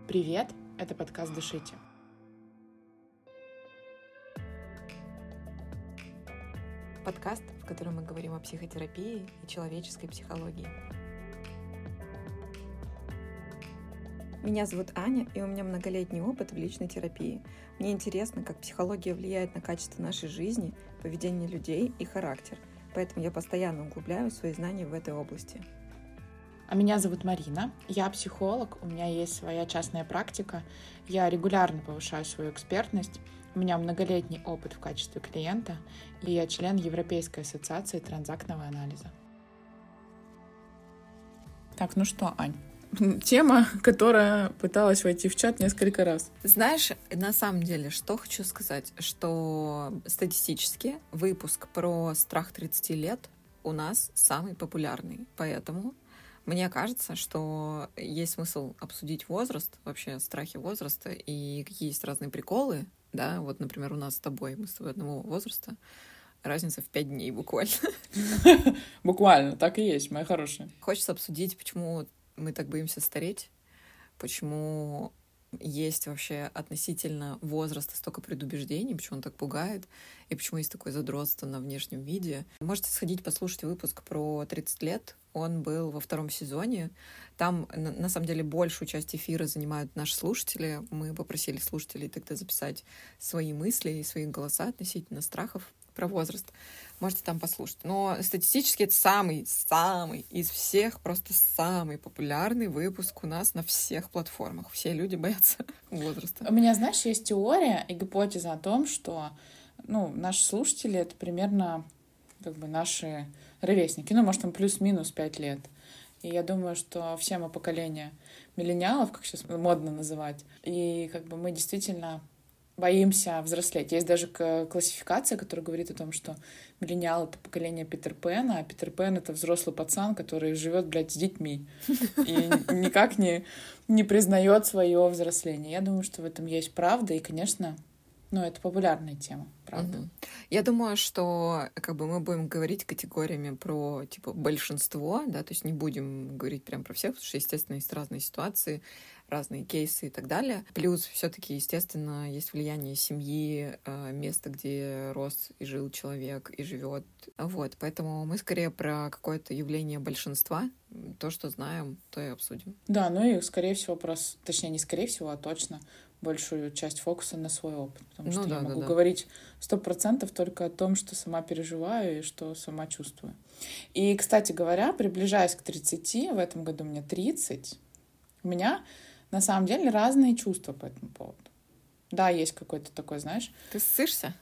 Привет, это подкаст «Дышите». Подкаст, в котором мы говорим о психотерапии и человеческой психологии. Меня зовут Аня, и у меня многолетний опыт в личной терапии. Мне интересно, как психология влияет на качество нашей жизни, поведение людей и характер. Поэтому я постоянно углубляю свои знания в этой области. А меня зовут Марина, я психолог, у меня есть своя частная практика, я регулярно повышаю свою экспертность, у меня многолетний опыт в качестве клиента, и я член Европейской ассоциации транзактного анализа. Так, ну что, Ань? Тема, которая пыталась войти в чат несколько раз. Знаешь, на самом деле, что хочу сказать, что статистически выпуск про страх 30 лет у нас самый популярный, поэтому мне кажется, что есть смысл обсудить возраст, вообще страхи возраста и какие есть разные приколы, да, вот, например, у нас с тобой, мы с тобой одного возраста, разница в 5 дней буквально. Буквально, так и есть, моя хорошая. Хочется обсудить, почему мы так боимся стареть, почему есть вообще относительно возраста столько предубеждений, почему он так пугает, и почему есть такое задротство на внешнем виде. Можете сходить послушать выпуск про 30 лет. Он был во 2 сезоне. Там, на самом деле, большую часть эфира занимают наши слушатели. Мы попросили слушателей тогда записать свои мысли и свои голоса относительно страхов про возраст. Можете там послушать. Но статистически это самый из всех, просто самый популярный выпуск у нас на всех платформах. Все люди боятся возраста. У меня, знаешь, есть теория и гипотеза о том, что наши слушатели — это примерно наши ровесники. Может, там плюс-минус 5 лет. И я думаю, что все мы поколение миллениалов, как сейчас модно называть, и мы действительно боимся взрослеть. Есть даже классификация, которая говорит о том, что миллениал — это поколение Питер Пэна, а Питер Пэн — это взрослый пацан, который живет, с детьми и никак не признает свое взросление. Я думаю, что в этом есть правда, и, конечно, это популярная тема, правда. Угу. Я думаю, что мы будем говорить категориями про большинство, да, то есть не будем говорить прям про всех, потому что, естественно, есть разные ситуации, разные кейсы и так далее. Плюс все-таки, естественно, есть влияние семьи, места, где рос и жил человек, и живет. Вот, поэтому мы скорее про какое-то явление большинства. То, что знаем, то и обсудим. Да, и, скорее всего, точнее, не скорее всего, а точно большую часть фокуса на свой опыт. Потому что я могу говорить 100% только о том, что сама переживаю и что сама чувствую. И, кстати говоря, приближаясь к 30, в этом году мне 30, у меня на самом деле разные чувства по этому поводу. Да, есть какой-то такой, знаешь... Ты ссышься?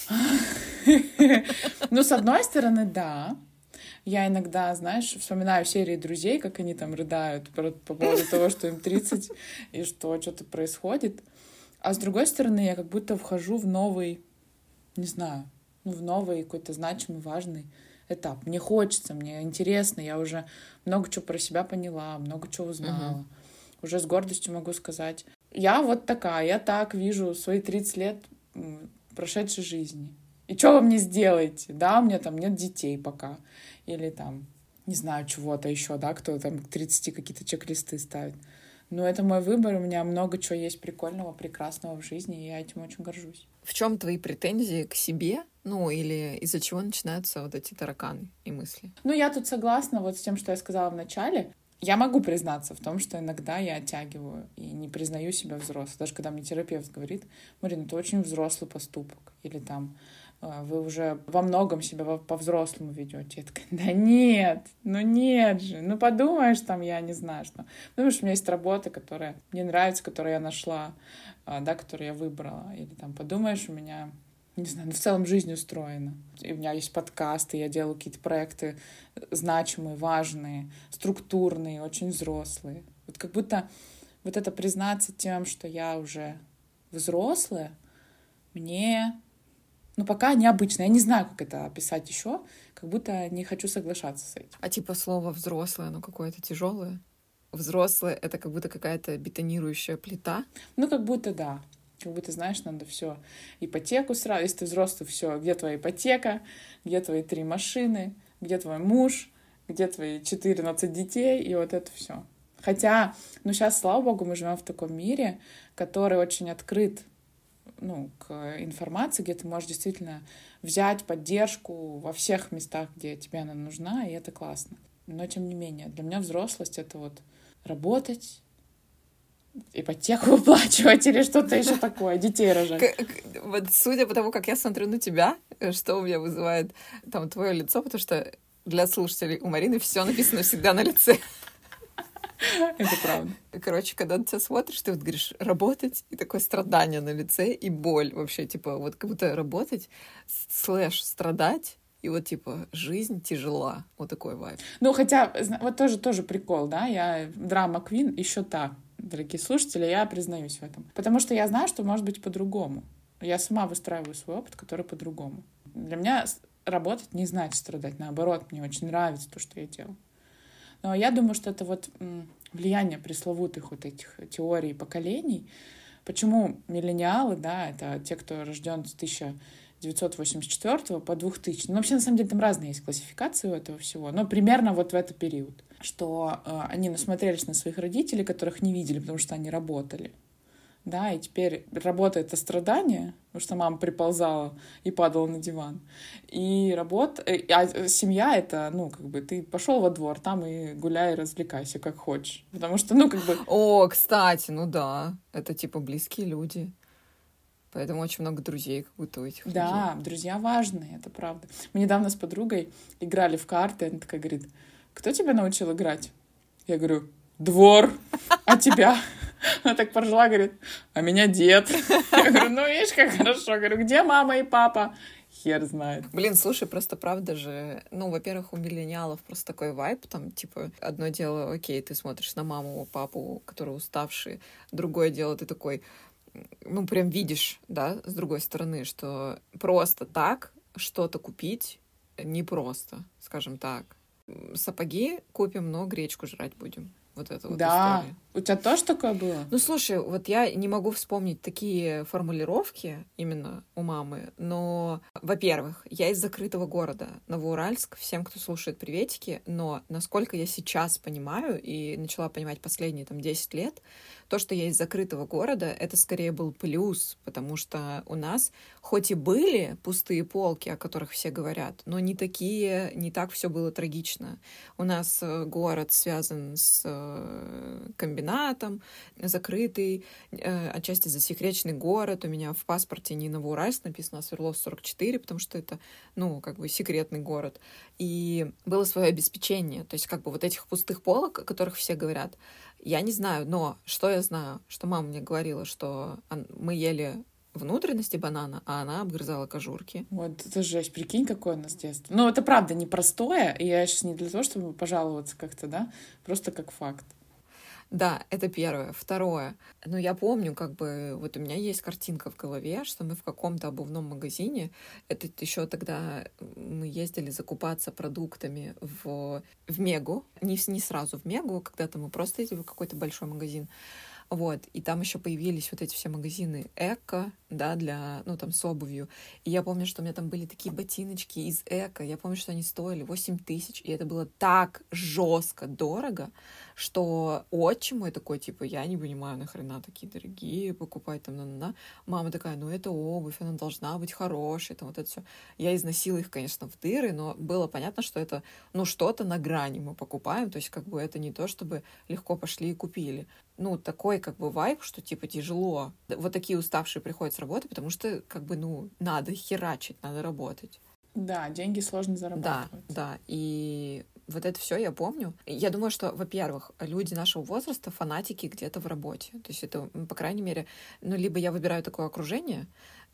С одной стороны, да. Я иногда, знаешь, вспоминаю серии друзей, как они там рыдают по поводу того, что им 30 и что что-то происходит. А с другой стороны, я как будто вхожу в новый, не знаю, в новый какой-то значимый, важный этап. Мне хочется, мне интересно, я уже много чего про себя поняла, много чего узнала. Уже с гордостью могу сказать, я вот такая, я так вижу свои 30 лет прошедшей жизни. И что вы мне сделаете? Да, у меня там нет детей пока. Или там, не знаю, чего-то еще, да, кто там к 30 какие-то чек-листы ставит. Но это мой выбор, у меня много чего есть прикольного, прекрасного в жизни, и я этим очень горжусь. В чем твои претензии к себе? Или из-за чего начинаются вот эти тараканы и мысли? Я тут согласна с тем, что я сказала в начале. Я могу признаться в том, что иногда я оттягиваю и не признаю себя взрослой. Даже когда мне терапевт говорит: Марина, это очень взрослый поступок. Или там: вы уже во многом себя по-взрослому ведете. Я такая: да нет, нет же. Подумаешь, там, я не знаю, что. Думаешь, у меня есть работа, которая мне нравится, которую я нашла, да, которую я выбрала. Или там подумаешь, у меня, не знаю, в целом жизнь устроена. И у меня есть подкасты, я делаю какие-то проекты значимые, важные, структурные, очень взрослые. Как будто это признаться тем, что я уже взрослая, мне... пока необычно. Я не знаю, как это описать еще. Как будто не хочу соглашаться с этим. А слово «взрослое», оно какое-то тяжелое? Взрослое — это как будто какая-то бетонирующая плита? Как будто да. Как будто, знаешь, надо все ипотеку сразу. Если ты взрослый, все. Где твоя ипотека? Где твои 3 машины? Где твой муж? Где твои 14 детей? И вот это все. Хотя, ну, сейчас, слава богу, мы живем в таком мире, который очень открыт, ну, к информации, где ты можешь действительно взять поддержку во всех местах, где тебе она нужна, и это классно. Но, тем не менее, для меня взрослость — это вот работать, ипотеку выплачивать или что-то еще такое, детей рожать. Вот судя по тому, как я смотрю на тебя, что у меня вызывает там твое лицо, потому что для слушателей у Марины все написано всегда на лице. Это правда. Короче, когда на тебя смотришь, ты вот говоришь «работать», и такое страдание на лице, и боль вообще, типа, вот как будто работать, /страдать, и вот, типа, жизнь тяжела. Вот такой вайб. Ну, хотя, вот тоже прикол, да, я драма-квин еще та, дорогие слушатели, я признаюсь в этом. Потому что я знаю, что может быть по-другому. Я сама выстраиваю свой опыт, который по-другому. Для меня работать не значит страдать, наоборот, мне очень нравится то, что я делаю. Но я думаю, что это вот влияние пресловутых вот этих теорий поколений. Почему миллениалы, да, это те, кто рожден с 1984 по 2000. Ну, вообще, на самом деле, там разные есть классификации у этого всего, но примерно вот в этот период, что они насмотрелись на своих родителей, которых не видели, потому что они работали. Да, и теперь работа — это страдание, потому что мама приползала и падала на диван. И работа, а семья — это, ну, как бы, ты пошел во двор, там и гуляй, развлекайся, как хочешь. Потому что, ну, как бы... О, кстати, ну да, это, типа, близкие люди. Поэтому очень много друзей как будто у этих людей. Да, друзья важные, это правда. Мы недавно с подругой играли в карты, она такая говорит: кто тебя научил играть? Я говорю: двор. А тебя? Она так поржала, говорит: а меня дед. Я говорю: ну, видишь, как хорошо. Говорю: где мама и папа? Хер знает. Блин, слушай, просто правда же, ну, во-первых, у миллениалов просто такой вайб, там, типа, одно дело, окей, ты смотришь на маму, папу, которые уставшие, другое дело, ты такой, ну, прям видишь, да, с другой стороны, что просто так что-то купить непросто, скажем так. Сапоги купим, но гречку жрать будем. Вот это вот Да. история. У тебя тоже такое было? Ну, слушай, вот я не могу вспомнить такие формулировки именно у мамы, но, во-первых, я из закрытого города, Новоуральск, всем, кто слушает, приветики, но насколько я сейчас понимаю и начала понимать последние там 10 лет, то, что я из закрытого города, это скорее был плюс, потому что у нас хоть и были пустые полки, о которых все говорят, но не так все было трагично. У нас город связан с комбинатом, закрытый, отчасти засекреченный город. У меня в паспорте не Новоуральск написано, а Свердловск 44, потому что это, ну, как бы секретный город. И было свое обеспечение. То есть как бы вот этих пустых полок, о которых все говорят, я не знаю, но что я знаю? Что мама мне говорила, что мы ели внутренности банана, а она обгрызала кожурки. Вот это жесть, прикинь, какое у нас детство. Ну, это правда непростое, и я сейчас не для того, чтобы пожаловаться как-то, да, просто как факт. Да, это первое. Второе. Ну, я помню, как бы, вот у меня есть картинка в голове, что мы в каком-то обувном магазине, это еще тогда мы ездили закупаться продуктами в Мегу, не сразу в Мегу, когда-то мы просто ездили в какой-то большой магазин, вот, и там еще появились вот эти все магазины эко, да, для, ну, там, с обувью. И я помню, что у меня там были такие ботиночки из эко. Я помню, что они стоили 8 тысяч, и это было так жестко дорого, что отчим мой такой, типа, я не понимаю, нахрена такие дорогие покупать там, на-на-на. Мама такая: ну, это обувь, она должна быть хорошей, там, вот это все. Я износила их, конечно, в дыры, но было понятно, что это, ну, что-то на грани мы покупаем, то есть, как бы, это не то, чтобы легко пошли и купили. Ну, такой, как бы, вайб, что, типа, тяжело. Вот такие уставшие приходят с работы, потому что, как бы, ну, надо херачить, надо работать. Да, деньги сложно зарабатывать. Да, и вот это все я помню. Я думаю, что, во-первых, люди нашего возраста фанатики где-то в работе. То есть это, по крайней мере, ну, либо я выбираю такое окружение,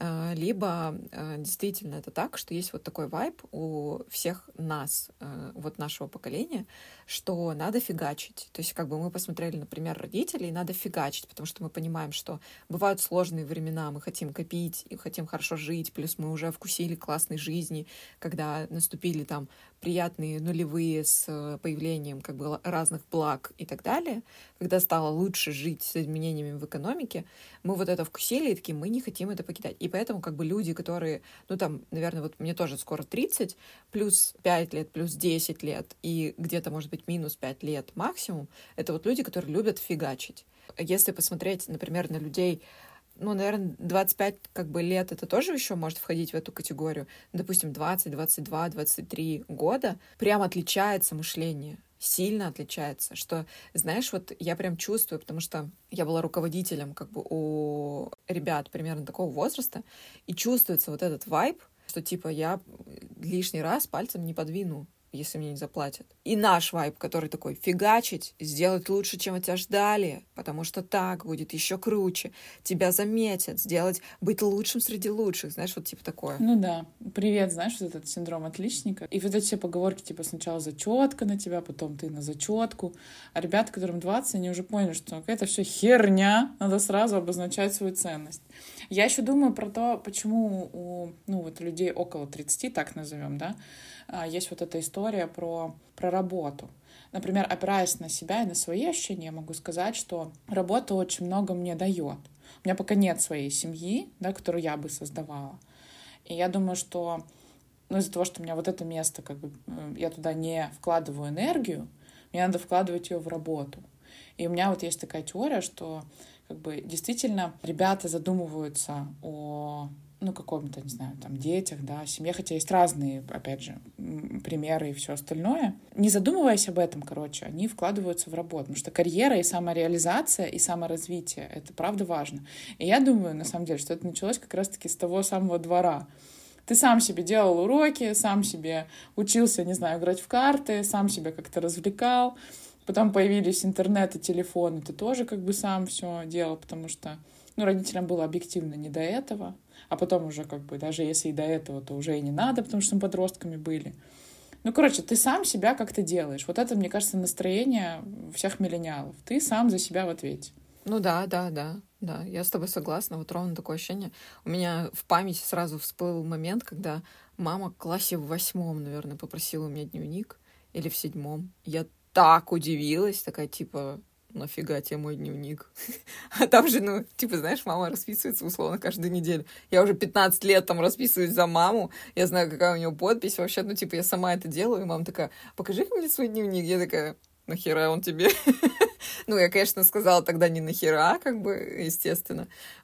либо действительно это так, что есть вот такой вайб у всех нас, вот нашего поколения, что надо фигачить. То есть как бы мы посмотрели, например, родителей, надо фигачить, потому что мы понимаем, что бывают сложные времена, мы хотим копить и хотим хорошо жить, плюс мы уже вкусили классной жизни, когда наступили там приятные нулевые с появлением как бы разных благ и так далее, когда стало лучше жить с изменениями в экономике, мы вот это вкусили и такие, мы не хотим это покидать. И поэтому как бы люди, которые, ну там, наверное, вот мне тоже скоро 30, плюс 5 лет, плюс 10 лет, и где-то, может быть, минус 5 лет максимум, это вот люди, которые любят фигачить. Если посмотреть, например, на людей, ну, наверное, 25 как бы лет, это тоже еще может входить в эту категорию. Допустим, 20, 22, 23 года прям отличается мышление, сильно отличается, что, знаешь, вот я прям чувствую, потому что я была руководителем как бы у ребят примерно такого возраста, и чувствуется вот этот вайб, что типа я лишний раз пальцем не подвину, если мне не заплатят. И наш вайб, который такой: фигачить, сделать лучше, чем от тебя ждали, потому что так будет еще круче, тебя заметят, сделать, быть лучшим среди лучших, знаешь, вот типа такое. Ну да, привет, знаешь, вот этот синдром отличника. И вот эти все поговорки, типа сначала зачетка на тебя, потом ты на зачетку. А ребята, которым 20, они уже поняли, что это все херня, надо сразу обозначать свою ценность. Я еще думаю про то, почему у вот людей около 30, так назовем, да, есть вот эта история про работу. Например, опираясь на себя и на свои ощущения, я могу сказать, что работа очень много мне дает. У меня пока нет своей семьи, да, которую я бы создавала. И я думаю, что из-за того, что у меня вот это место, как бы я туда не вкладываю энергию, мне надо вкладывать ее в работу. И у меня вот есть такая теория, что как бы действительно ребята задумываются о каком-то, не знаю, там, детях, да, семье, хотя есть разные, опять же, примеры и все остальное. Не задумываясь об этом, короче, они вкладываются в работу, потому что карьера и самореализация, и саморазвитие — это правда важно. И я думаю, на самом деле, что это началось как раз-таки с того самого двора. Ты сам себе делал уроки, сам себе учился, не знаю, играть в карты, сам себя как-то развлекал. Потом появились интернет и телефоны, ты тоже как бы сам все делал, потому что, родителям было объективно не до этого. А потом уже как бы даже если и до этого, то уже и не надо, потому что мы подростками были. Короче, ты сам себя как-то делаешь. Вот это, мне кажется, настроение всех миллениалов. Ты сам за себя в ответе. Ну да, я с тобой согласна, вот ровно такое ощущение. У меня в памяти сразу всплыл момент, когда мама в классе в 8, наверное, попросила у меня дневник, или в 7. Я так удивилась, такая типа: нафига тебе мой дневник? А там же, знаешь, мама расписывается условно каждую неделю. Я уже 15 лет там расписываюсь за маму, я знаю, какая у нее подпись. Вообще, я сама это делаю, и мама такая: покажи-ка мне свой дневник. Я такая: нахера он тебе? Я, конечно, сказала тогда не нахера, как бы, естественно.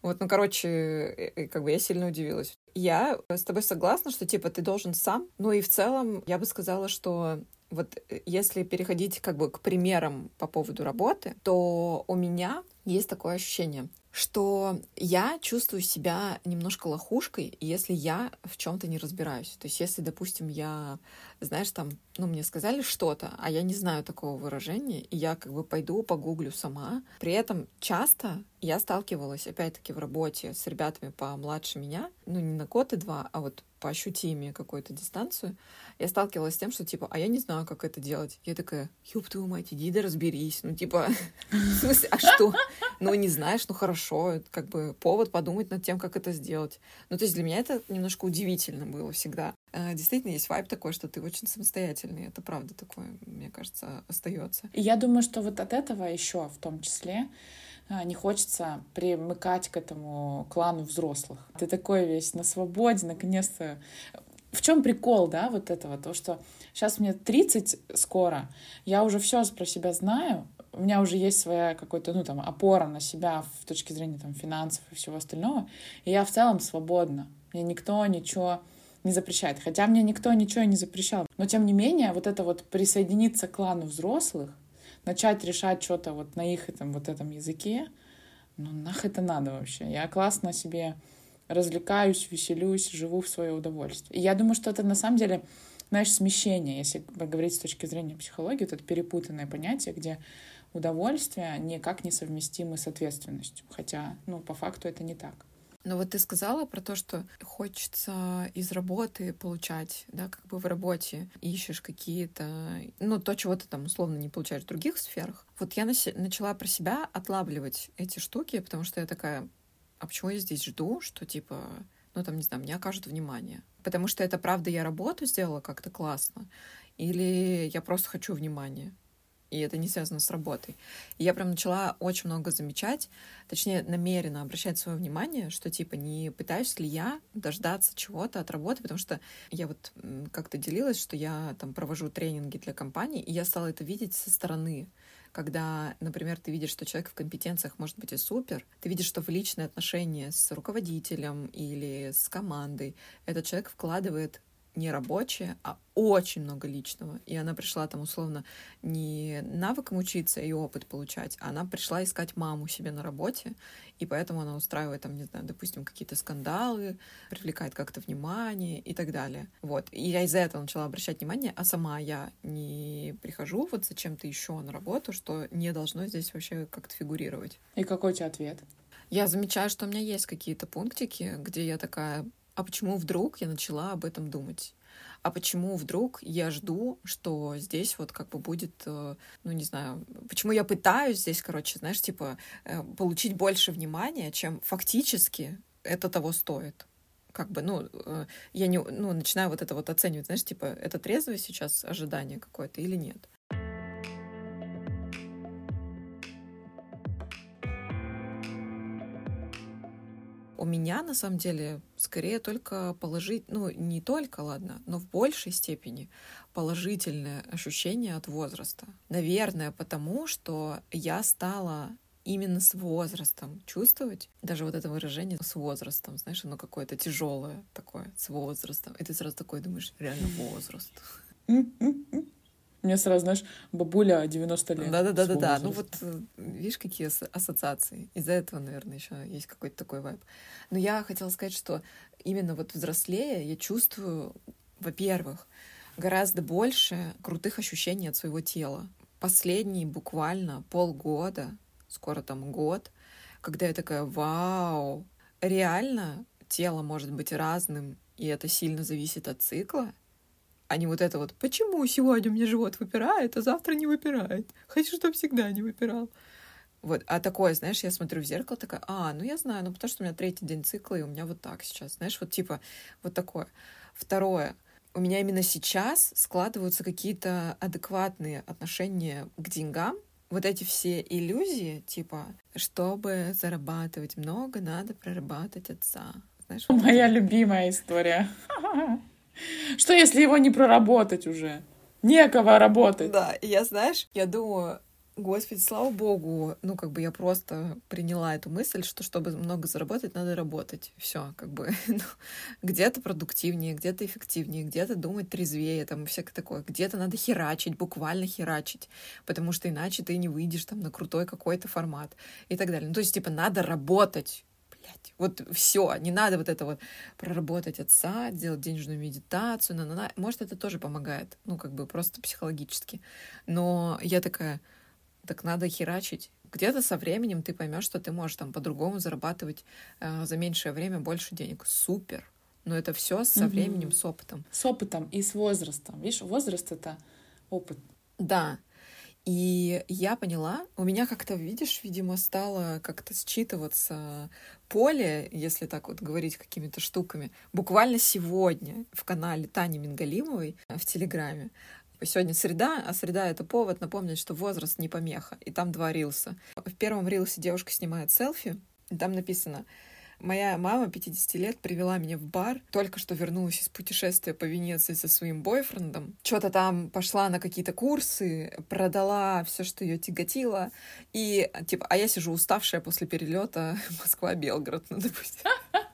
Как бы я сильно удивилась. Я с тобой согласна, что, типа, ты должен сам. И в целом я бы сказала, что вот если переходить как бы к примерам по поводу работы, то у меня есть такое ощущение, что я чувствую себя немножко лохушкой, если я в чем-то не разбираюсь. То есть если, допустим, я, знаешь, там, мне сказали что-то, а я не знаю такого выражения, и я как бы пойду погуглю сама. При этом часто я сталкивалась, опять-таки, в работе с ребятами помладше меня, не на год и 2, а вот по ощутимее какую-то дистанцию, я сталкивалась с тем, что, типа, а я не знаю, как это делать. Я такая: ёб твою мать, иди да разберись. В смысле, а что? Не знаешь, хорошо, как бы повод подумать над тем, как это сделать. То есть для меня это немножко удивительно было всегда. Действительно, есть вайб такой, что ты очень самостоятельный. Это правда такое, мне кажется, остается. И я думаю, что вот от этого еще в том числе не хочется примыкать к этому клану взрослых. Ты такой весь на свободе, наконец-то. В чем прикол, да, вот этого? То, что сейчас мне 30 скоро, я уже все про себя знаю, у меня уже есть своя какая-то, опора на себя в точке зрения финансов и всего остального, и я в целом свободна. Мне никто ничего не запрещает. Хотя мне никто ничего и не запрещал. Но, тем не менее, вот это вот присоединиться к клану взрослых, начать решать что-то вот на их этом языке, нах это надо вообще. Я классно себе развлекаюсь, веселюсь, живу в свое удовольствие. И я думаю, что это на самом деле, знаешь, смещение, если говорить с точки зрения психологии, вот это перепутанное понятие, где удовольствие никак не совместимо с ответственностью. Хотя, по факту это не так. Но вот ты сказала про то, что хочется из работы получать, да, как бы в работе ищешь какие-то, то, чего ты там условно не получаешь в других сферах. Вот я начала про себя отлавливать эти штуки, потому что я такая: а почему я здесь жду, что типа, не знаю, мне окажут внимание? Потому что это правда я работу сделала как-то классно? Или я просто хочу внимания? и это не связано с работой. И я прям начала очень много замечать, точнее, намеренно обращать свое внимание, что, типа, не пытаюсь ли я дождаться чего-то от работы, потому что я вот как-то делилась, что я там провожу тренинги для компаний, и я стала это видеть со стороны. Когда, например, ты видишь, что человек в компетенциях может быть и супер, ты видишь, что в личные отношения с руководителем или с командой этот человек вкладывает не рабочее, а очень много личного. И она пришла там условно не навыкам учиться и опыт получать, а она пришла искать маму себе на работе, и поэтому она устраивает там, не знаю, допустим, какие-то скандалы, привлекает как-то внимание и так далее. Вот. И я из-за этого начала обращать внимание, а сама я не прихожу вот зачем-то еще на работу, что не должно здесь вообще как-то фигурировать. И какой у тебя ответ? Я замечаю, что у меня есть какие-то пунктики, где я такая: а почему вдруг я начала об этом думать? А почему вдруг я жду, что здесь вот как бы будет, ну, не знаю, почему я пытаюсь здесь, короче, знаешь, типа, получить больше внимания, чем фактически это того стоит? Как бы, ну, я не, ну, начинаю вот это вот оценивать, знаешь, типа, это трезвое сейчас ожидание какое-то или нет? У меня, на самом деле, скорее только ну, не только, ладно, но в большей степени положительное ощущение от возраста. Наверное, потому что я стала именно с возрастом чувствовать, даже вот это выражение «с возрастом», знаешь, оно какое-то тяжелое такое, «с возрастом», и ты сразу такой думаешь: реально возраст. Мне сразу, знаешь, бабуля 90 лет. Да. Ну вот, видишь, какие ассоциации. Из-за этого, наверное, еще есть какой-то такой вайб. Но я хотела сказать, что именно вот взрослея я чувствую, во-первых, гораздо больше крутых ощущений от своего тела. Последние буквально полгода, скоро там год, когда я такая: вау, реально тело может быть разным, и это сильно зависит от цикла. А не вот это вот: почему сегодня у меня живот выпирает, а завтра не выпирает? Хочу, чтобы всегда не выпирал. Вот. А такое, знаешь, я смотрю в зеркало, такая: ну я знаю, ну потому что у меня 3-й день цикла, и у меня вот так сейчас. Знаешь, вот типа вот такое. Второе. У меня именно сейчас складываются какие-то адекватные отношения к деньгам. Вот эти все иллюзии, типа, чтобы зарабатывать много, надо прорабатывать отца. Знаешь, вот Моя любимая история. Что, если его не проработать уже? Некого работать. Да, и я, знаешь, я думаю: Господи, слава богу, ну, как бы я просто приняла эту мысль, что чтобы много заработать, надо работать. Все, как бы, ну, где-то продуктивнее, где-то эффективнее, где-то думать трезвее, там, всякое такое. Где-то надо херачить, буквально херачить, потому что иначе ты не выйдешь там на крутой какой-то формат и так далее. Ну, то есть, типа, надо работать. Вот все, не надо вот это вот проработать отца, делать денежную медитацию, может, это тоже помогает, ну, как бы просто психологически. Но я такая: так надо херачить. Где-то со временем ты поймешь, что ты можешь там по-другому зарабатывать за меньшее время больше денег. Супер. Но это все со временем, с опытом. С опытом и с возрастом. Видишь, возраст — это опыт. Да. И я поняла, у меня как-то, видишь, видимо, стало как-то считываться поле, если так вот говорить какими-то штуками. Буквально сегодня в канале Тани Мингалимовой в Телеграме. Сегодня среда, а среда — это повод напомнить, что возраст не помеха. И там 2 рилса. В первом рилсе девушка снимает селфи, и там написано: моя мама 50 лет привела меня в бар, только что вернулась из путешествия по Венеции со своим бойфрендом. Что-то там пошла на какие-то курсы, продала все, что ее тяготило. И типа, а я сижу уставшая после перелета Москва-Белгород, ну, допустим.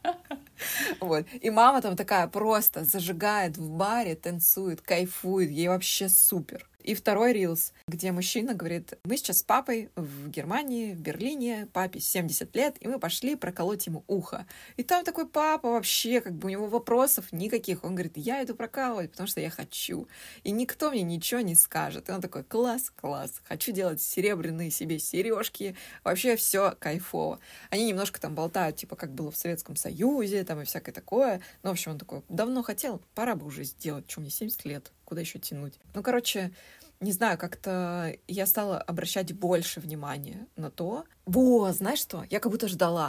Вот. И мама там такая просто зажигает в баре, танцует, кайфует, ей вообще супер. И второй рилс, где мужчина говорит: мы сейчас с папой в Германии, в Берлине, папе 70 лет, и мы пошли проколоть ему ухо. И там такой папа вообще, как бы у него вопросов никаких. Он говорит: я иду прокалывать, потому что я хочу. И никто мне ничего не скажет. И он такой: класс, класс, хочу делать серебряные себе сережки, вообще все кайфово. Они немножко там болтают, типа, как было в Советском Союзе, там и всякое такое. Ну, в общем, он такой: давно хотел, пора бы уже сделать, что мне 70 лет. Куда еще тянуть? Ну, короче, не знаю, как-то я стала обращать больше внимания на то. Знаешь что? Я как будто ждала.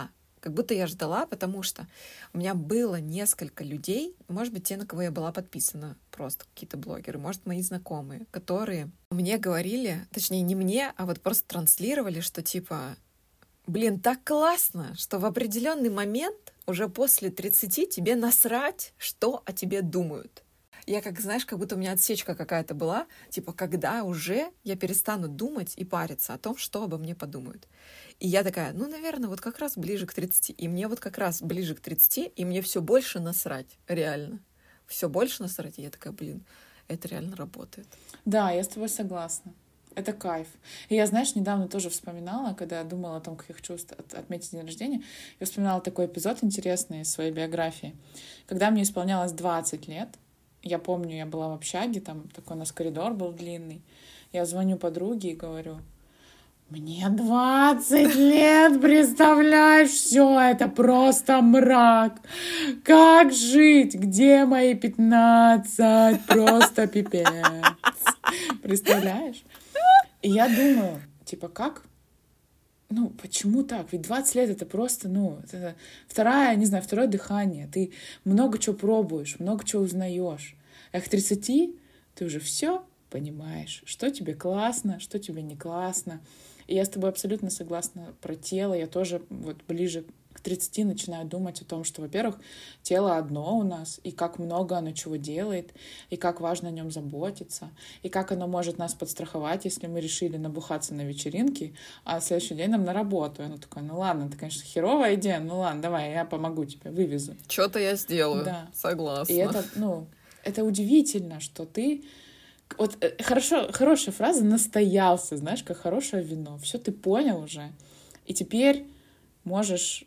Как будто я ждала, потому что у меня было несколько людей, может быть, те, на кого я была подписана, просто какие-то блогеры, может, мои знакомые, которые мне говорили, точнее, не мне, а вот просто транслировали, что типа, блин, так классно, что в определенный момент, уже после 30, тебе насрать, что о тебе думают. Я как, знаешь, как будто у меня отсечка какая-то была, типа, когда уже я перестану думать и париться о том, что обо мне подумают. И я такая, ну, наверное, вот как раз ближе к 30. И мне вот как раз ближе к 30, и мне все больше насрать, реально. Все больше насрать. И я такая, блин, это реально работает. Да, я с тобой согласна. Это кайф. И я, знаешь, недавно тоже вспоминала, когда я думала о том, как я хочу отметить день рождения, я вспоминала такой эпизод интересный из своей биографии. Когда мне исполнялось 20 лет, я помню, я была в общаге, там такой у нас коридор был длинный. Я звоню подруге и говорю, мне 20 лет, представляешь, все это просто мрак. Как жить? Где мои 15? Просто пипец. Представляешь? И я думаю, типа, как? Ну, почему так? Ведь 20 лет это просто, это второе дыхание. Ты много чего пробуешь, много чего узнаешь. А к 30 ты уже все понимаешь, что тебе классно, что тебе не классно. И я с тобой абсолютно согласна про тело. Я тоже вот ближе к 30 начинаю думать о том, что, во-первых, тело одно у нас, и как много оно чего делает, и как важно о нем заботиться, и как оно может нас подстраховать, если мы решили набухаться на вечеринке, а в следующий день нам на работу. И оно такое, ну ладно, это, конечно, херовая идея, ну ладно, давай, я помогу тебе, вывезу. Что-то я сделаю, да. Согласна. И это удивительно, что ты... Вот хорошая фраза «настоялся», знаешь, как хорошее вино. Все ты понял уже, и теперь можешь,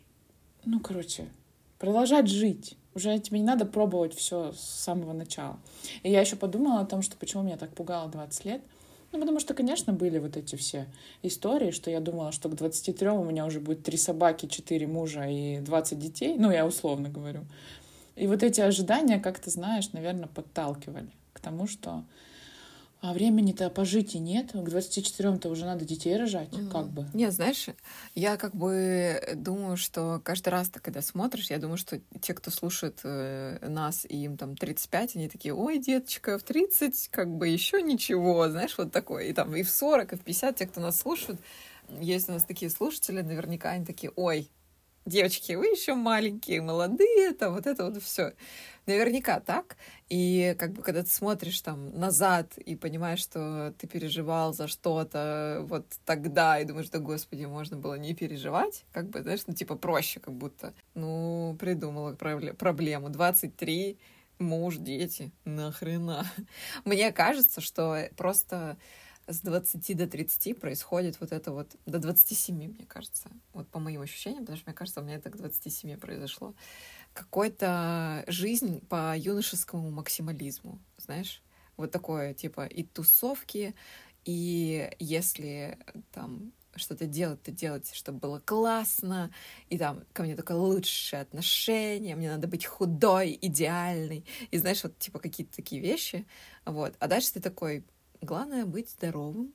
продолжать жить. Уже тебе не надо пробовать все с самого начала. И я еще подумала о том, что почему меня так пугало 20 лет. Потому что, конечно, были вот эти все истории, что я думала, что к 23 у меня уже будет 3 собаки, 4 мужа и 20 детей. Ну, я условно говорю. И вот эти ожидания, как ты знаешь, наверное, подталкивали к тому, что времени-то пожить и нет. К 24-м-то уже надо детей рожать, как бы. Не, знаешь, я как бы думаю, что каждый раз, ты когда смотришь, я думаю, что те, кто слушает нас, и им там 35, они такие, ой, деточка, в 30 как бы еще ничего, знаешь, вот такое. И там и в 40, и в 50 те, кто нас слушают, есть у нас такие слушатели, наверняка они такие, ой, девочки, вы еще маленькие, молодые, там вот это вот все. Наверняка так. И как бы когда ты смотришь там назад и понимаешь, что ты переживал за что-то вот тогда, и думаешь, да господи, можно было не переживать, как бы, знаешь, типа проще как будто. Придумала проблему. 23, муж, дети, нахрена. Мне кажется, что просто с 20 до 30 происходит вот это вот, до 27, мне кажется, вот по моим ощущениям, потому что, мне кажется, у меня это к 27 произошло, какой-то жизнь по юношескому максимализму, знаешь, вот такое, типа, и тусовки, и если там что-то делать, то делать, чтобы было классно, и там ко мне только лучшие отношения, мне надо быть худой, идеальной, и знаешь, вот типа какие-то такие вещи, вот, а дальше ты такой, главное быть здоровым.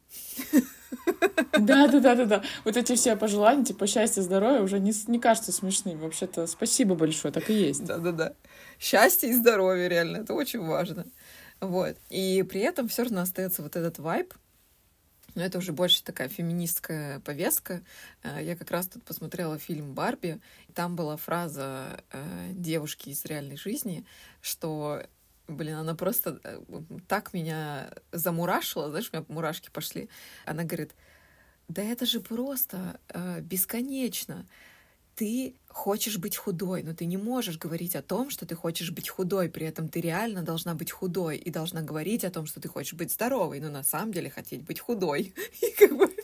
Да. Вот эти все пожелания, типа счастья, здоровья, уже не кажутся смешными. Вообще-то спасибо большое, так и есть. Да. Счастье и здоровье, реально, это очень важно. Вот. И при этом все равно остается вот этот вайб. Но это уже больше такая феминистская повестка. Я как раз тут посмотрела фильм «Барби». И там была фраза девушки из реальной жизни, что... Блин, она просто так меня замурашила, знаешь, у меня мурашки пошли. Она говорит, да это же просто бесконечно. Ты хочешь быть худой, но ты не можешь говорить о том, что ты хочешь быть худой, при этом ты реально должна быть худой и должна говорить о том, что ты хочешь быть здоровой, но на самом деле хотеть быть худой. И как бы...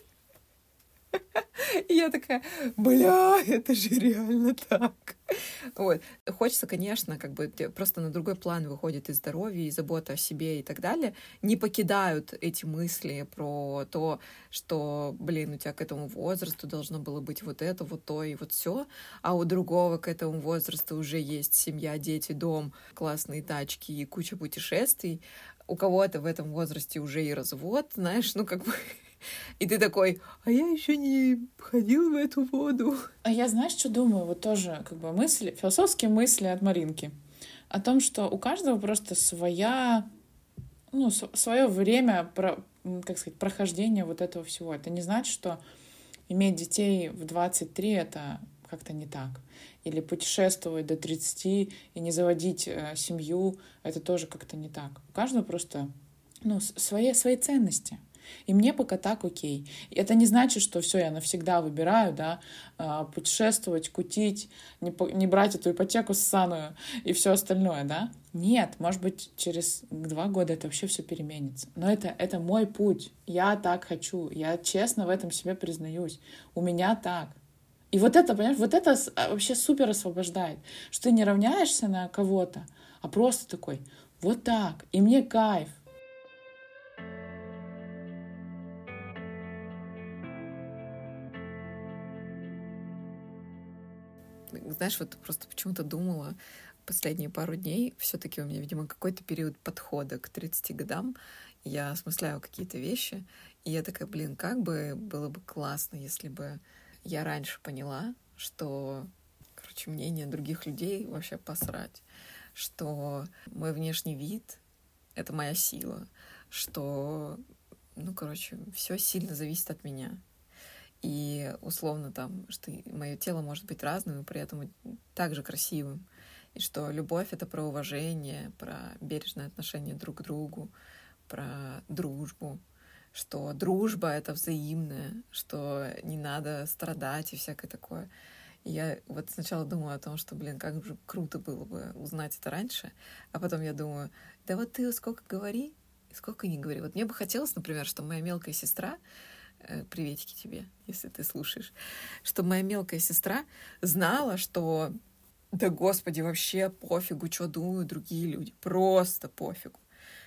И я такая, бля, это же реально так. Вот. Хочется, конечно, как бы просто на другой план выходит и здоровье, и забота о себе и так далее. Не покидают эти мысли про то, что, блин, у тебя к этому возрасту должно было быть вот это, вот то и вот все, а у другого к этому возрасту уже есть семья, дети, дом, классные тачки и куча путешествий. У кого-то в этом возрасте уже и развод, знаешь, как бы... И ты такой, а я еще не ходил в эту воду. А я, знаешь, что думаю? Вот тоже как бы мысли, философские мысли от Маринки. О том, что у каждого просто своя, ну, свое время, как сказать, прохождения вот этого всего. Это не значит, что иметь детей в 23 — это как-то не так. Или путешествовать до 30 и не заводить семью — это тоже как-то не так. У каждого просто, ну, свои ценности. И мне пока так окей. И это не значит, что все, я навсегда выбираю, да, путешествовать, кутить, не брать эту ипотеку ссаную и все остальное, да. Нет, может быть, через 2 года это вообще все переменится. Но это мой путь. Я так хочу. Я честно в этом себе признаюсь. У меня так. И вот это, понимаешь, вот это вообще супер освобождает, что ты не равняешься на кого-то, а просто такой, вот так, и мне кайф. Знаешь, вот просто почему-то думала последние пару дней, все-таки у меня, видимо, какой-то период подхода к 30 годам, я осмысляю какие-то вещи, и я такая, блин, как бы было бы классно, если бы я раньше поняла, что, короче, мнение других людей вообще посрать, что мой внешний вид — это моя сила, что, ну, короче, все сильно зависит от меня. И условно там, что мое тело может быть разным, и при этом также красивым. И что любовь — это про уважение, про бережное отношение друг к другу, про дружбу, что дружба — это взаимная, что не надо страдать и всякое такое. И я вот сначала думала о том, что, блин, как же круто было бы узнать это раньше, а потом я думаю, да вот ты сколько говори, и сколько не говори. Вот мне бы хотелось, например, что моя мелкая сестра, приветики тебе, если ты слушаешь, что моя мелкая сестра знала, что да господи, вообще пофигу, что думают другие люди, просто пофигу.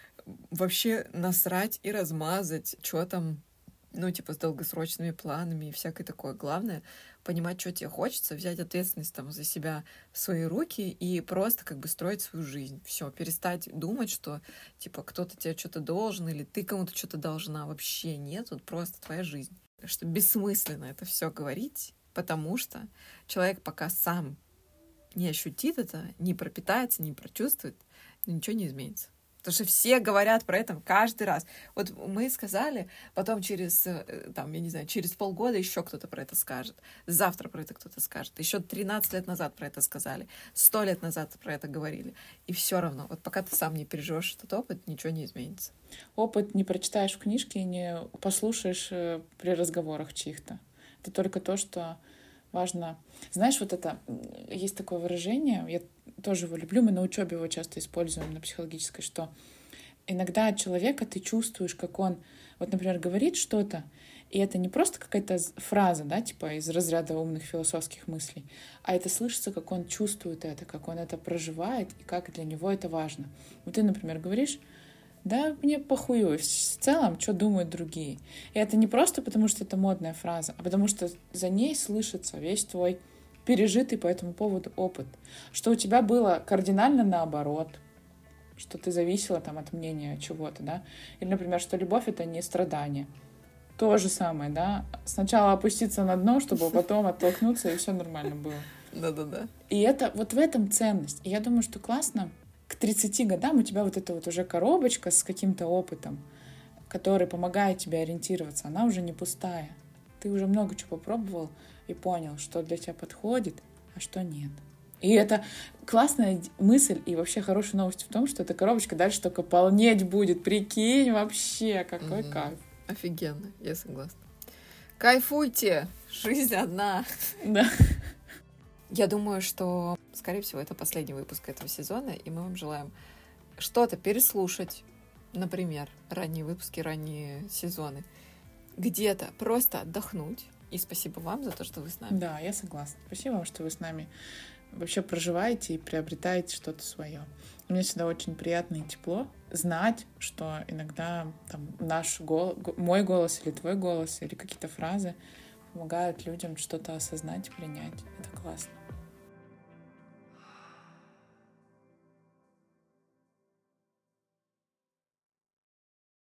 Вообще насрать и размазать, что там, ну, типа, с долгосрочными планами и всякое такое. Главное — понимать, что тебе хочется, взять ответственность там за себя в свои руки и просто как бы строить свою жизнь. Все, перестать думать, что, типа, кто-то тебе что-то должен или ты кому-то что-то должна. Вообще нет, вот просто твоя жизнь. Что бессмысленно это все говорить, потому что человек пока сам не ощутит это, не пропитается, не прочувствует, ничего не изменится. Потому что все говорят про это каждый раз. Вот мы сказали, потом через, там, я не знаю, через полгода еще кто-то про это скажет. Завтра про это кто-то скажет. Еще 13 лет назад про это сказали. 100 лет назад про это говорили. И все равно, вот пока ты сам не переживешь этот опыт, ничего не изменится. Опыт не прочитаешь в книжке и не послушаешь при разговорах чьих-то. Это только то, что важно. Знаешь, вот это, есть такое выражение, я тоже его люблю, мы на учебе его часто используем, на психологической, что иногда от человека ты чувствуешь, как он, вот, например, говорит что-то, и это не просто какая-то фраза, да, типа из разряда умных философских мыслей, а это слышится, как он чувствует это, как он это проживает, и как для него это важно. Вот ты, например, говоришь, да, мне похую в целом, что думают другие. И это не просто потому, что это модная фраза, а потому что за ней слышится весь твой пережитый по этому поводу опыт. Что у тебя было кардинально наоборот, что ты зависела там от мнения чего-то, да. Или, например, что любовь — это не страдание. То же самое, да. Сначала опуститься на дно, чтобы потом оттолкнуться, и все нормально было. Да-да-да. И это вот в этом ценность. И я думаю, что классно, к 30 годам у тебя вот эта вот уже коробочка с каким-то опытом, который помогает тебе ориентироваться, она уже не пустая. Ты уже много чего попробовал и понял, что для тебя подходит, а что нет. И это классная мысль и вообще хорошая новость в том, что эта коробочка дальше только полнеть будет. Прикинь, вообще, какой кайф. Офигенно, я согласна. Кайфуйте! Жизнь одна. Да. Я думаю, что, скорее всего, это последний выпуск этого сезона, и мы вам желаем что-то переслушать, например, ранние выпуски, ранние сезоны, где-то просто отдохнуть. И спасибо вам за то, что вы с нами. Да, я согласна. Спасибо вам, что вы с нами вообще проживаете и приобретаете что-то свое. Мне всегда очень приятно и тепло знать, что иногда там мой голос или твой голос, или какие-то фразы помогают людям что-то осознать, принять. Это классно.